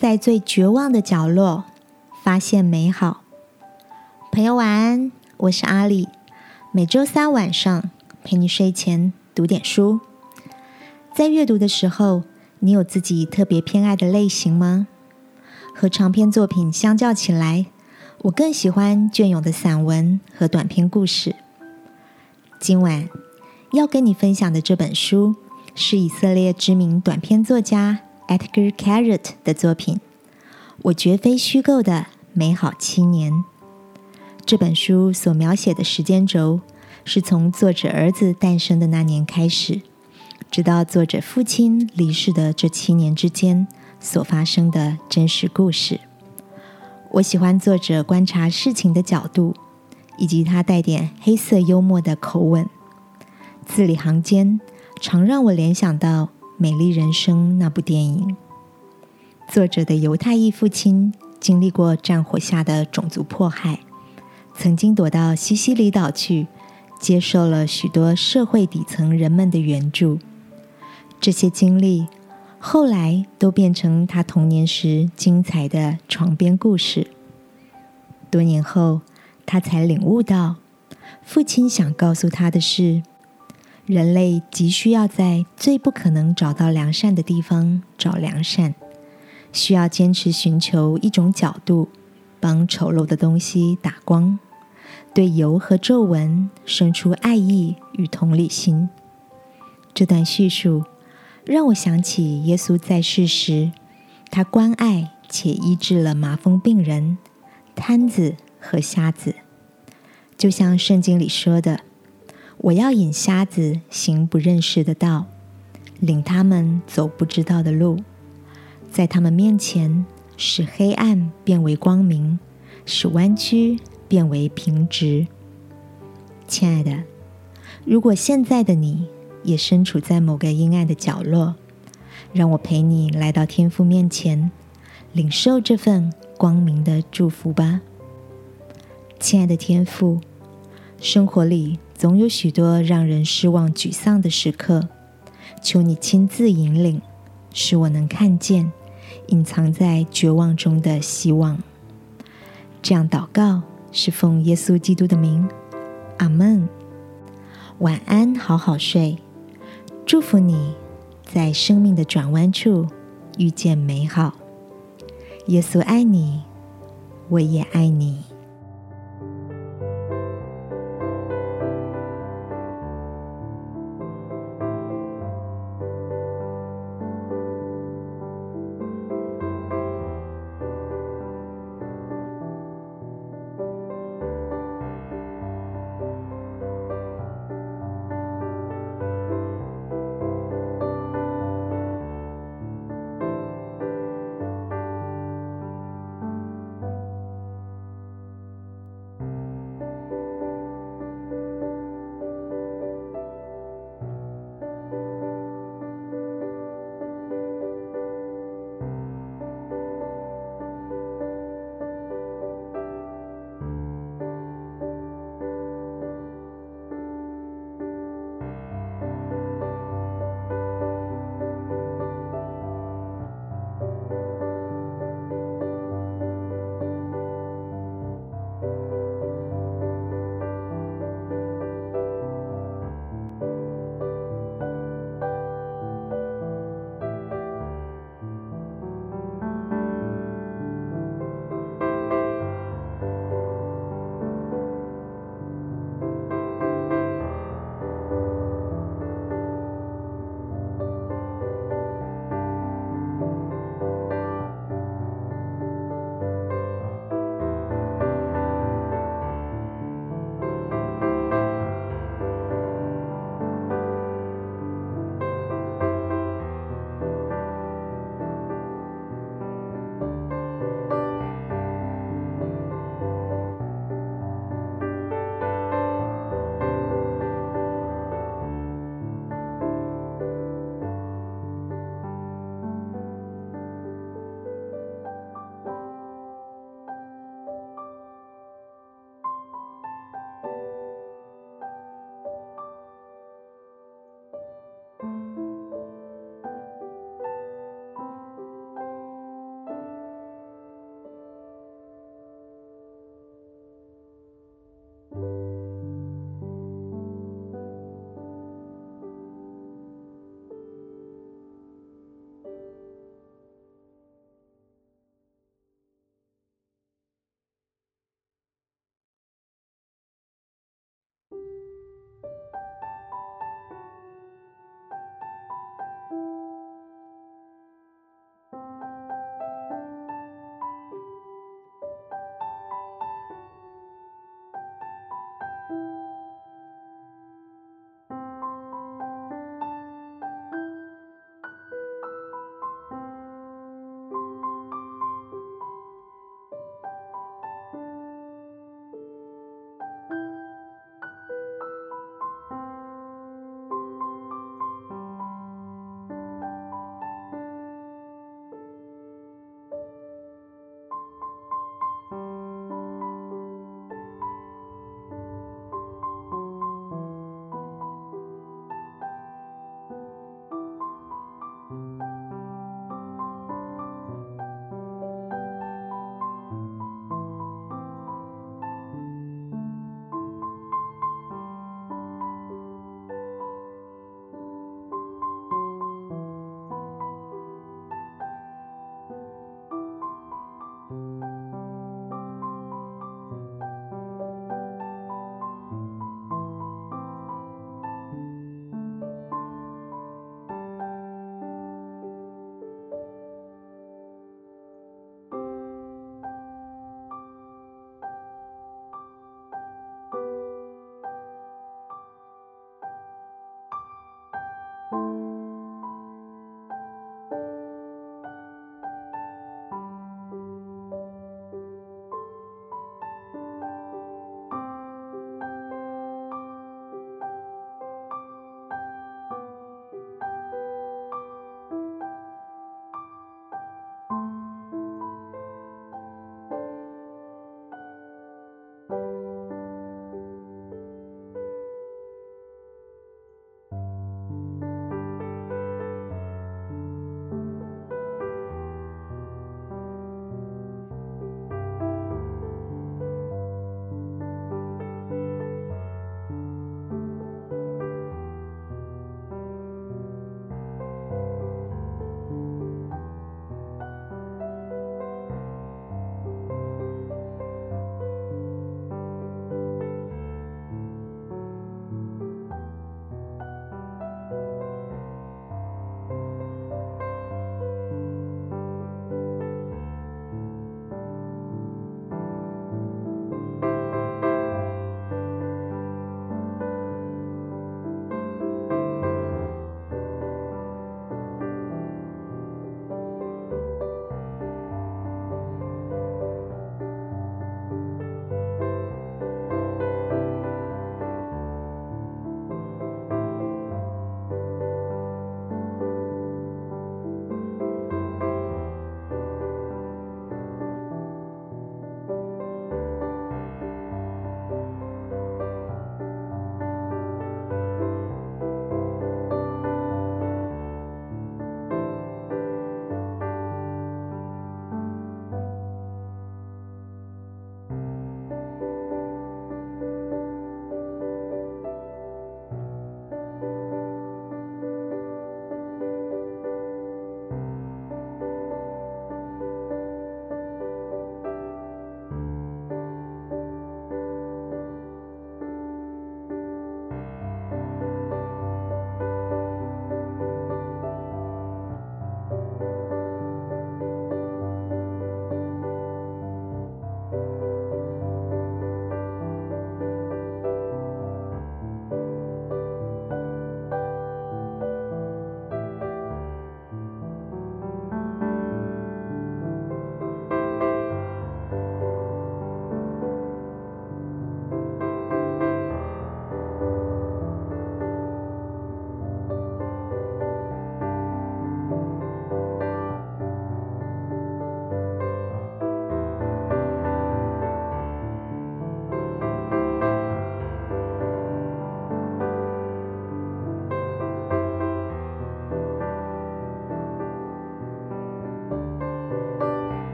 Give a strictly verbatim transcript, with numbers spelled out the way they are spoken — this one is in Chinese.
在最绝望的角落发现美好。朋友晚安，我是阿里，每周三晚上陪你睡前读点书。在阅读的时候，你有自己特别偏爱的类型吗？和长篇作品相较起来，我更喜欢隽永的散文和短篇故事。今晚要跟你分享的这本书是以色列知名短篇作家 Etgar Keret 的作品《我绝非虚构的美好七年》。这本书所描写的时间轴是从作者儿子诞生的那年开始，直到作者父亲离世的这七年之间所发生的真实故事。我喜欢作者观察事情的角度，以及他带点黑色幽默的口吻，字里行间常让我联想到《美丽人生》那部电影。作者的犹太裔父亲经历过战火下的种族迫害，曾经躲到西西里岛去，接受了许多社会底层人们的援助。这些经历后来都变成他童年时精彩的床边故事。多年后，他才领悟到，父亲想告诉他的是，人类急需要在最不可能找到良善的地方找良善，需要坚持寻求一种角度，帮丑陋的东西打光，对油和皱纹生出爱意与同理心。这段叙述让我想起耶稣在世时，他关爱且医治了麻风病人、瘫子和瞎子。就像圣经里说的，我要引瞎子行不认识的道，领他们走不知道的路，在他们面前使黑暗变为光明，使弯曲变为平直。亲爱的，如果现在的你也身处在某个阴暗的角落，让我陪你来到天父面前，领受这份光明的祝福吧。亲爱的天父，生活里总有许多让人失望沮丧的时刻，求你亲自引领，使我能看见隐藏在绝望中的希望。这样祷告是奉耶稣基督的名，阿们。晚安，好好睡。祝福你在生命的转弯处遇见美好。耶稣爱你，我也爱你。